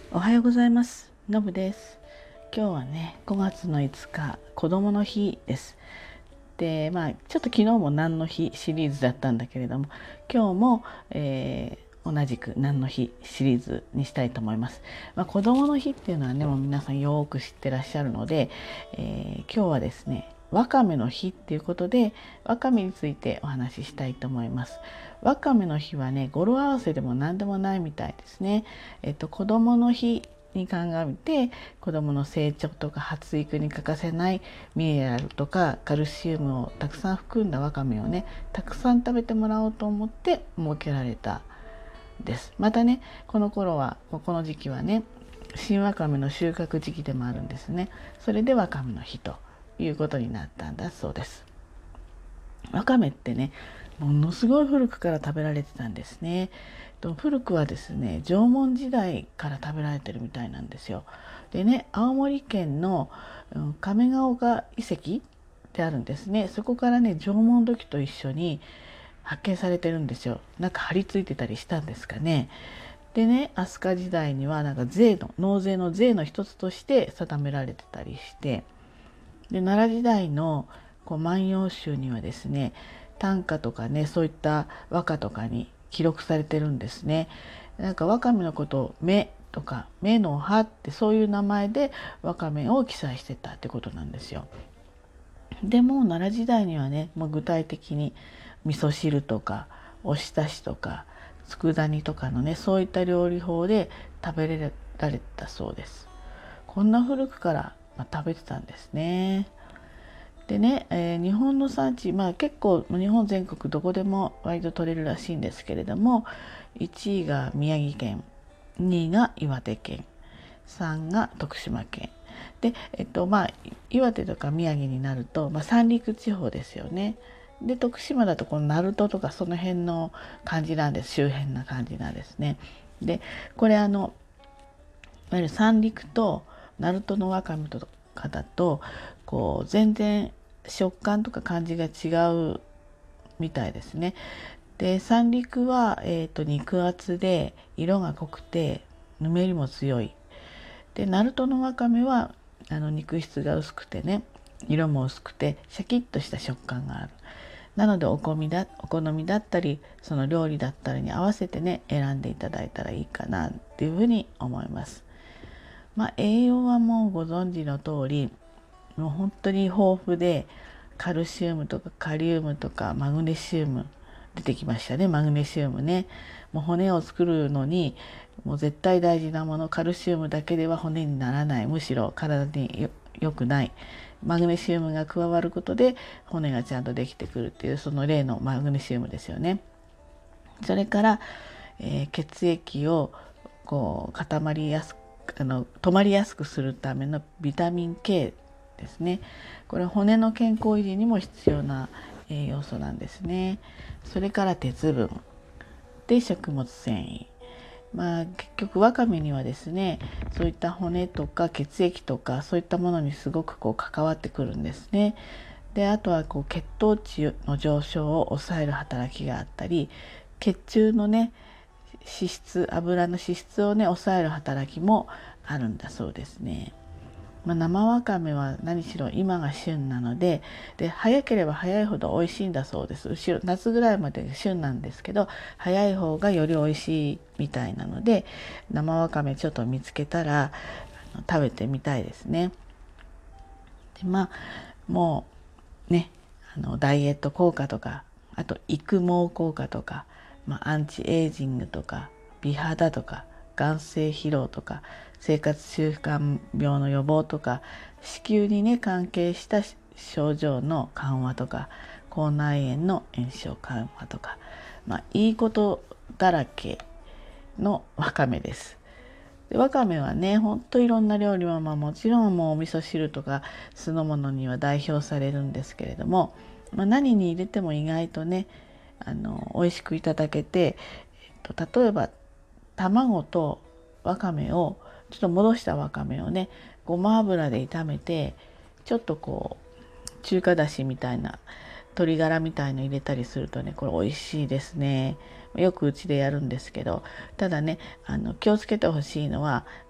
おはようございます。のぶです。今日はね、5月の5日、子供の日です。で、ちょっと昨日も何の日シリーズだったんだけれども、今日も、同じく何の日シリーズにしたいと思います。子供の日っていうのはね、もう皆さんよく知ってらっしゃるので、今日はですね、わかめの日っていうことで、わかめについてお話ししたいと思います。わかめの日はね、語呂合わせでも何でもないみたいですね。子供の日に鑑みて、子供の成長とか発育に欠かせないミネラルとかカルシウムをたくさん含んだわかめをね、たくさん食べてもらおうと思って設けられたです。またね、この頃はこの時期はね、新わかめの収穫時期でもあるんですね。それでわかめの日ということになったんだそうです。わかめってね、ものすごい古くから食べられてたんですね。古くはですね、縄文時代から食べられてるみたいなんですよ。でね、青森県の亀ヶ岡遺跡ってあるんですね。そこからね、縄文土器と一緒に発見されてるんですよ。なんか貼り付いてたりしたんですかね。でね、飛鳥時代にはなんか納税の税の一つとして定められてたりして、で奈良時代の万葉集にはですね、短歌とかね、そういった和歌とかに記録されてるんですね。なんかわかめのことを目とか目の葉ってそういう名前でわかめを記載してたってことなんですよ。でも奈良時代にはね、もう具体的に味噌汁とかおひたしとか佃煮とかのね、そういった料理法で食べられたそうです。こんな古くから、食べてたんですね。でね、日本の産地、結構日本全国どこでも割と取れるらしいんですけれども、1位が宮城県、2位が岩手県、3が徳島県で、岩手とか宮城になると、三陸地方ですよね。で徳島だとこの鳴門とかその辺の感じなんです。周辺な感じなんですね。でこれいわゆる三陸と鳴門のわかめとかだと全然食感とか感じが違うみたいですね。で三陸は、肉厚で色が濃くてぬめりも強い。で鳴門のわかめは肉質が薄くてね、色も薄くてシャキッとした食感がある。なのでお好みだったりその料理だったりに合わせてね、選んでいただいたらいいかなっていうふうに思います。栄養はもうご存知の通り、もう本当に豊富で、カルシウムとかカリウムとかマグネシウム出てきましたね。マグネシウムね、もう骨を作るのにもう絶対大事なもの。カルシウムだけでは骨にならない、むしろ体に良くない。マグネシウムが加わることで骨がちゃんとできてくるっていう、その例のマグネシウムですよね。それから、血液を固まりやすく止まりやすくするためのビタミン K ですね。これ骨の健康維持にも必要な栄養素なんですね。それから鉄分で食物繊維。結局わかめにはですね、そういった骨とか血液とかそういったものにすごく関わってくるんですね。であとは血糖値の上昇を抑える働きがあったり、血中のね油の脂質をね抑える働きもあるんだそうですね。生わかめは何しろ今が旬なので、早ければ早いほど美味しいんだそうです。夏ぐらいまで旬なんですけど、早い方がより美味しいみたいなので、生わかめちょっと見つけたら食べてみたいですね。でもうね、ダイエット効果とか、あと育毛効果とか、アンチエイジングとか美肌とか眼性疲労とか生活習慣病の予防とか、子宮にね関係した症状の緩和とか、口内炎の炎症緩和とか、いいことだらけのわかめです。でわかめはね、ほんといろんな料理はもちろんもうお味噌汁とか酢の物には代表されるんですけれども、何に入れても意外とね美味しくいただけて、例えば卵とわかめをちょっと戻したわかめをね、ごま油で炒めて、ちょっと中華だしみたいな鶏ガラみたいの入れたりするとね、これ美味しいですね。よくうちでやるんですけど、ただね気をつけてほしいのは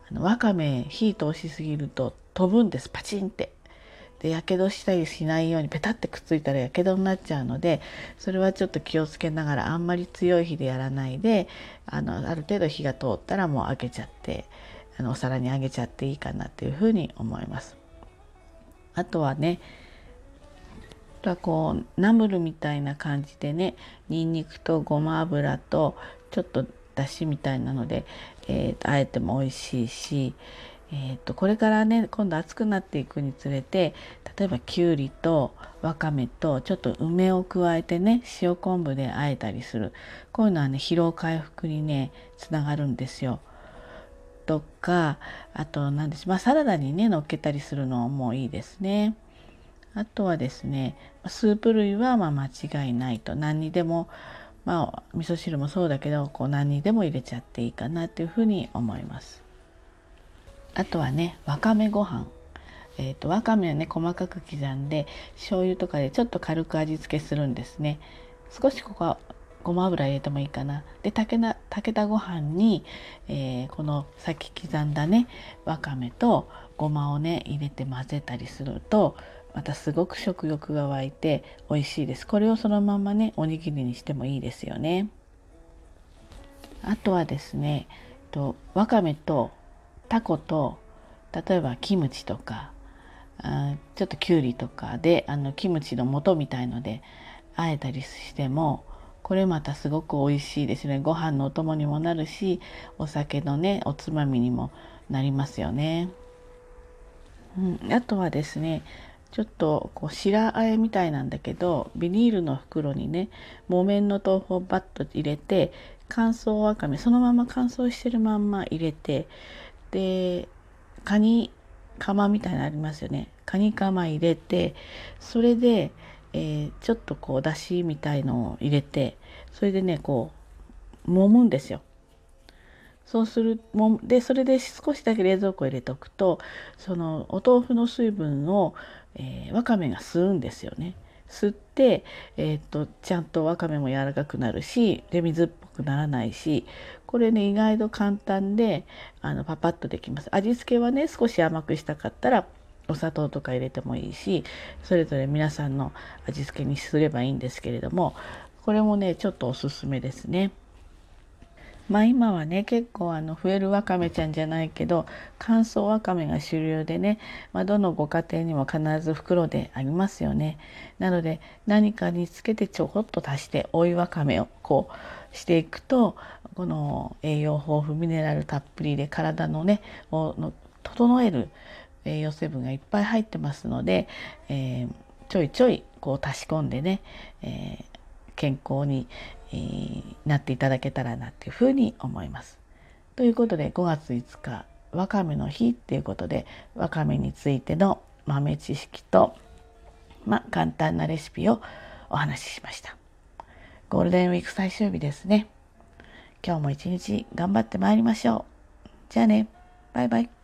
わかめ火通しすぎると飛ぶんです、パチンって。でやけどしたりしないようにペタってくっついたらやけどになっちゃうので、それはちょっと気をつけながら、あんまり強い火でやらないで、ある程度火が通ったらもう開けちゃって、お皿にあげちゃっていいかなっていうふうに思います。あとはね、こうナムルみたいな感じでね、にんにくとごま油とちょっとだしみたいなので、あえても美味しいし、これからね今度暑くなっていくにつれて、例えばきゅうりとわかめとちょっと梅を加えてね、塩昆布で和えたりする、こういうのはね疲労回復にねつながるんですよ。とか、あと何でしょう、サラダにね乗っけたりするのもいいですね。あとはですね、スープ類は間違いないと、何にでも、味噌汁もそうだけど、何にでも入れちゃっていいかなっていうふうに思います。あとはね、わかめご飯。わかめをね細かく刻んで醤油とかでちょっと軽く味付けするんですね。少しここはごま油入れてもいいかな。で炊けたご飯に、このさっき刻んだねわかめとごまをね入れて混ぜたりすると、またすごく食欲が湧いて美味しいです。これをそのままねおにぎりにしてもいいですよね。あとはですね、わかめとタコと、例えばキムチとか、ちょっときゅうりとかでキムチの素みたいので和えたりしても、これまたすごく美味しいですね。ご飯のお供にもなるし、お酒のねおつまみにもなりますよね。あとはですね、ちょっと白あえみたいなんだけど、ビニールの袋にね木綿の豆腐をバッと入れて、乾燥わかめそのまま乾燥してるまんま入れて、でカニカマみたいなのありますよね。カニカマ入れて、それで、ちょっとだしみたいのを入れて、それでね揉むんですよ。そうするもでそれで少しだけ冷蔵庫入れておくと、そのお豆腐の水分を、わかめが吸うんですよね。吸って、ちゃんとわかめも柔らかくなるし、で水っぽくならないし、これね意外と簡単でパパッとできます。味付けはね少し甘くしたかったらお砂糖とか入れてもいいし、それぞれ皆さんの味付けにすればいいんですけれども、これもねちょっとおすすめですね。今はね結構増えるわかめちゃんじゃないけど、乾燥わかめが主流でね、どのご家庭にも必ず袋でありますよね。なので何かにつけてちょこっと足して追いわかめをしていくと、この栄養豊富ミネラルたっぷりで体のね整える栄養成分がいっぱい入ってますので、ちょいちょい足し込んでね、健康に、なっていただけたらなっていうふうに思います。ということで5月5日わかめの日っていうことで、わかめについての豆知識と、簡単なレシピをお話ししました。ゴールデンウィーク最終日ですね。今日も一日頑張ってまいりましょう。じゃあね、バイバイ。